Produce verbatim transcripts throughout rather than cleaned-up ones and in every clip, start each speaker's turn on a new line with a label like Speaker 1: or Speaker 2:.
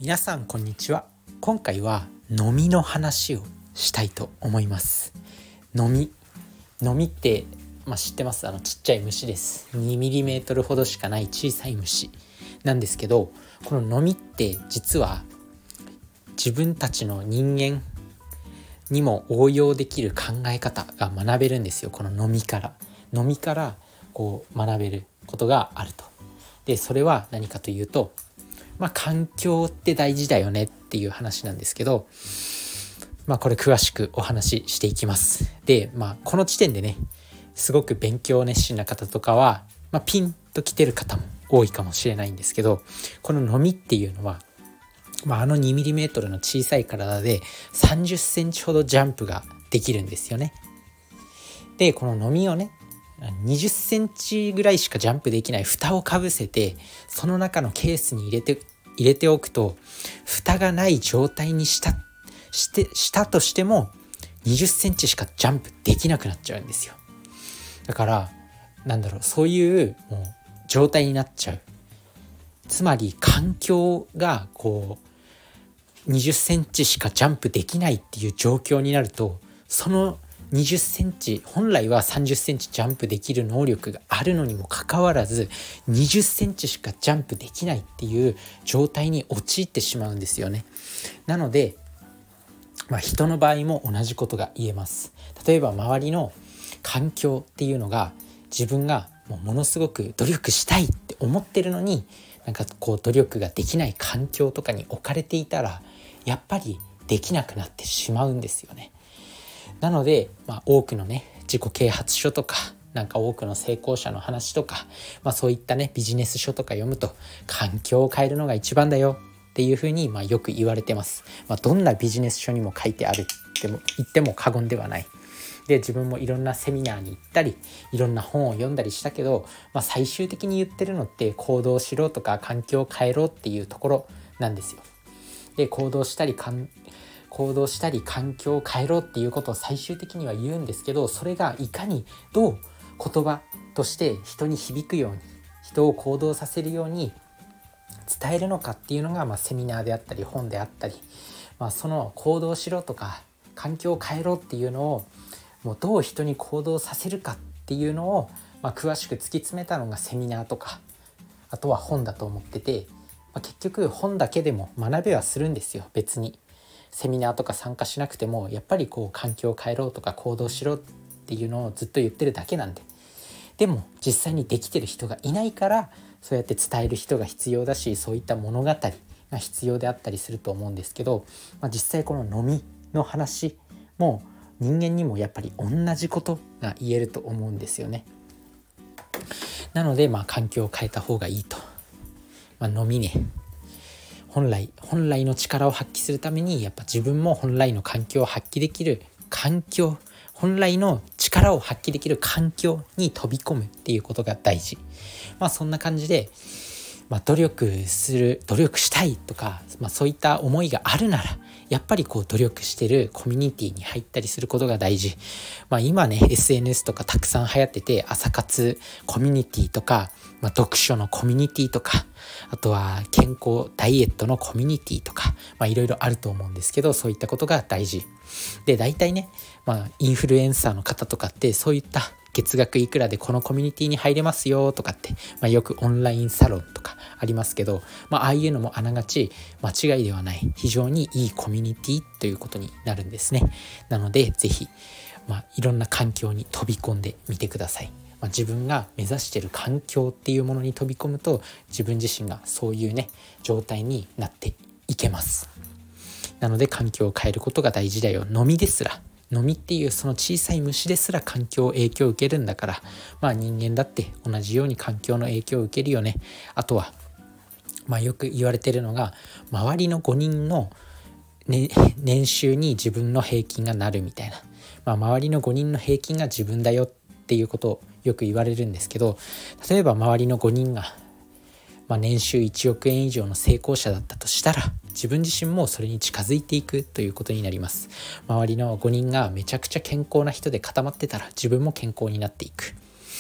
Speaker 1: 皆さんこんにちは。今回は飲みの話をしたいと思います。飲み飲みって、まあ、知ってます。あのちっちゃい虫です。にミリメートルほどしかない小さい虫なんですけど、この飲みって実は自分たちの人間にも応用できる考え方が学べるんですよ。この飲みから飲みからこう学べることがあると。でそれは何かというと、まあ、環境って大事だよねっていう話なんですけど、まあ、これ詳しくお話ししていきます。で、まあ、この時点でねすごく勉強熱心な方とかは、まあ、ピンと来てる方も多いかもしれないんですけど、この飲みっていうのは、まあ、あのにミリメートルの小さい体でさんじゅっセンチほどジャンプができるんですよね。でこの飲みをねにじゅっセンチぐらいしかジャンプできない蓋をかぶせて、その中のケースに入れて入れておくと、蓋がない状態にしたしてしたとしてもにじゅっセンチしかジャンプできなくなっちゃうんですよ。だからなんだろう、そういうもう状態になっちゃう。つまり環境がこうにじゅっセンチしかジャンプできないっていう状況になると、そのにじゅっセンチ、本来はさんじゅっセンチジャンプできる能力があるのにもかかわらずにじゅっセンチしかジャンプできないっていう状態に陥ってしまうんですよね。なので、まあ、人の場合も同じことが言えます。例えば周りの環境っていうのが、自分がもうものすごく努力したいって思ってるのに、なんかこう努力ができない環境とかに置かれていたら、やっぱりできなくなってしまうんですよね。なので、まあ、多くのね自己啓発書とか、なんか多くの成功者の話とか、まあ、そういったねビジネス書とか読むと、環境を変えるのが一番だよっていうふうにまあよく言われてます。まあ、どんなビジネス書にも書いてあるっても言っても過言ではない。で自分もいろんなセミナーに行ったり、いろんな本を読んだりしたけど、まあ、最終的に言ってるのって行動しろとか環境を変えろっていうところなんですよ。で行動したりかん行動したり環境を変えろっていうことを最終的には言うんですけど、それがいかにどう言葉として人に響くように、人を行動させるように伝えるのかっていうのが、まあ、セミナーであったり本であったり、まあ、その行動しろとか環境を変えろっていうのをもうどう人に行動させるかっていうのを、まあ、詳しく突き詰めたのがセミナーとか、あとは本だと思ってて、まあ、結局本だけでも学べはするんですよ。別にセミナーとか参加しなくても、やっぱりこう環境を変えろとか行動しろっていうのをずっと言ってるだけなんで。でも実際にできてる人がいないから、そうやって伝える人が必要だし、そういった物語が必要であったりすると思うんですけど、まあ、実際この飲みの話も人間にもやっぱり同じことが言えると思うんですよね。なのでまあ環境を変えた方がいいと。まあ、飲みね、本来本来の力を発揮するために、やっぱ自分も本来の環境を発揮できる環境、本来の力を発揮できる環境に飛び込むっていうことが大事。まあそんな感じで、まあ、努力する努力したいとか、まあ、そういった思いがあるなら、やっぱりこう努力してるコミュニティに入ったりすることが大事。まあ、今ね エスエヌエス とかたくさん流行ってて、朝活コミュニティとか、まあ、読書のコミュニティとか、あとは健康ダイエットのコミュニティとか、まあいろいろあると思うんですけど、そういったことが大事で、大体ね、まあインフルエンサーの方とかってそういった月額いくらでこのコミュニティに入れますよとかって、まあ、よくオンラインサロンとかありますけど、まあ、ああいうのもあながち間違いではない、非常にいいコミュニティということになるんですね。なのでぜひ、まあ、いろんな環境に飛び込んでみてください。まあ、自分が目指している環境っていうものに飛び込むと、自分自身がそういうね状態になっていけます。なので環境を変えることが大事だよ。飲みですら飲みっていうその小さい虫ですら環境影響を受けるんだから、まあ人間だって同じように環境の影響を受けるよね。あとはまあよく言われてるのが、周りのごにんの、ね、年収に自分の平均がなるみたいな、まあ、周りのごにんの平均が自分だよっていうことをよく言われるんですけど、例えば周りのごにんが、まあ、年収いちおくえん以上の成功者だったとしたら、自分自身もそれに近づいていくということになります。周りのごにんがめちゃくちゃ健康な人で固まってたら、自分も健康になっていく。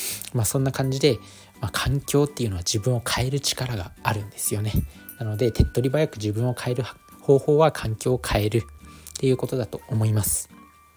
Speaker 1: まあそんな感じで、まあ、環境っていうのは自分を変える力があるんですよね。なので手っ取り早く自分を変える方法は環境を変えるっていうことだと思います。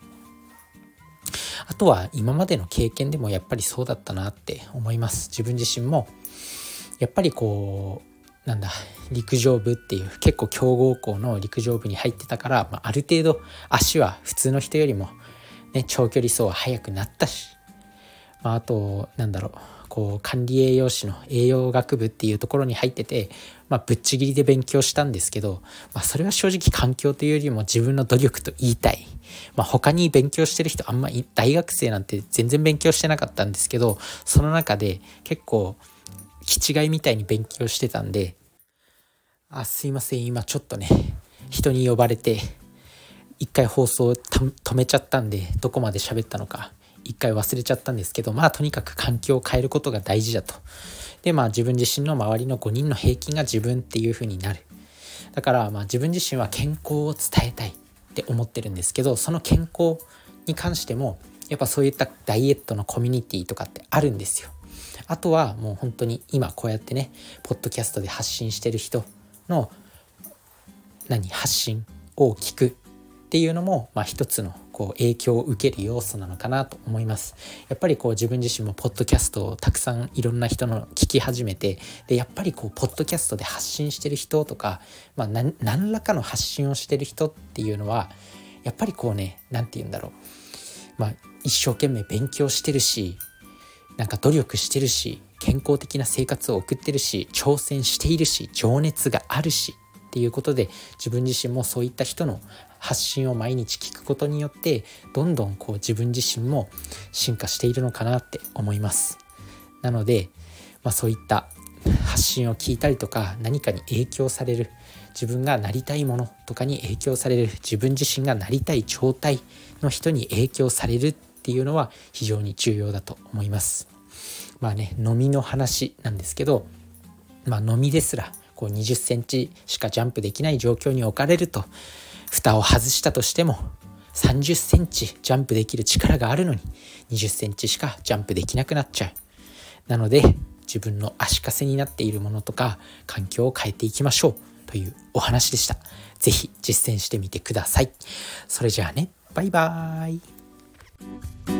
Speaker 1: あとは今までの経験でもやっぱりそうだったなって思います。自分自身もやっぱりこうなんだ陸上部っていう結構強豪校の陸上部に入ってたから、まあ、ある程度足は普通の人よりも、ね、長距離走は速くなったし、まあ、あとなんだろうこう管理栄養士の栄養学部っていうところに入ってて、まあ、ぶっちぎりで勉強したんですけど、まあ、それは正直環境というよりも自分の努力と言いたい。まあ、他に勉強してる人あんまり大学生なんて全然勉強してなかったんですけど、その中で結構気違いみたいに勉強してたんで、あすいません今ちょっとね人に呼ばれて一回放送を止めちゃったんでどこまで喋ったのか一回忘れちゃったんですけど、まあとにかく環境を変えることが大事だと。でまあ自分自身の周りのごにんの平均が自分っていう風になる。だからまあ自分自身は健康を伝えたいって思ってるんですけど、その健康に関してもやっぱそういったダイエットのコミュニティとかってあるんですよ。あとはもう本当に今こうやってねポッドキャストで発信してる人の何発信を聞くっていうのも、まあ、一つのこう影響を受ける要素なのかなと思います。やっぱりこう自分自身もポッドキャストをたくさんいろんな人の聞き始めて、でやっぱりこうポッドキャストで発信してる人とか、まあ、何, 何らかの発信をしてる人っていうのはやっぱりこうねなんて言うんだろう、まあ、一生懸命勉強してるしなんか努力してるし健康的な生活を送ってるし挑戦しているし情熱があるしっていうことで、自分自身もそういった人の発信を毎日聞くことによってどんどんこう自分自身も進化しているのかなって思います。なので、まあ、そういった発信を聞いたりとか何かに影響される自分がなりたいものとかに影響される自分自身がなりたい状態の人に影響されるっていうのは非常に重要だと思います。まあね飲みの話なんですけど、まあ飲みですらこうにじゅっセンチしかジャンプできない状況に置かれると、蓋を外したとしてもさんじゅっセンチジャンプできる力があるのににじゅっセンチしかジャンプできなくなっちゃう。なので自分の足かせになっているものとか環境を変えていきましょうというお話でした。ぜひ実践してみてください。それじゃあね、バイバーイ。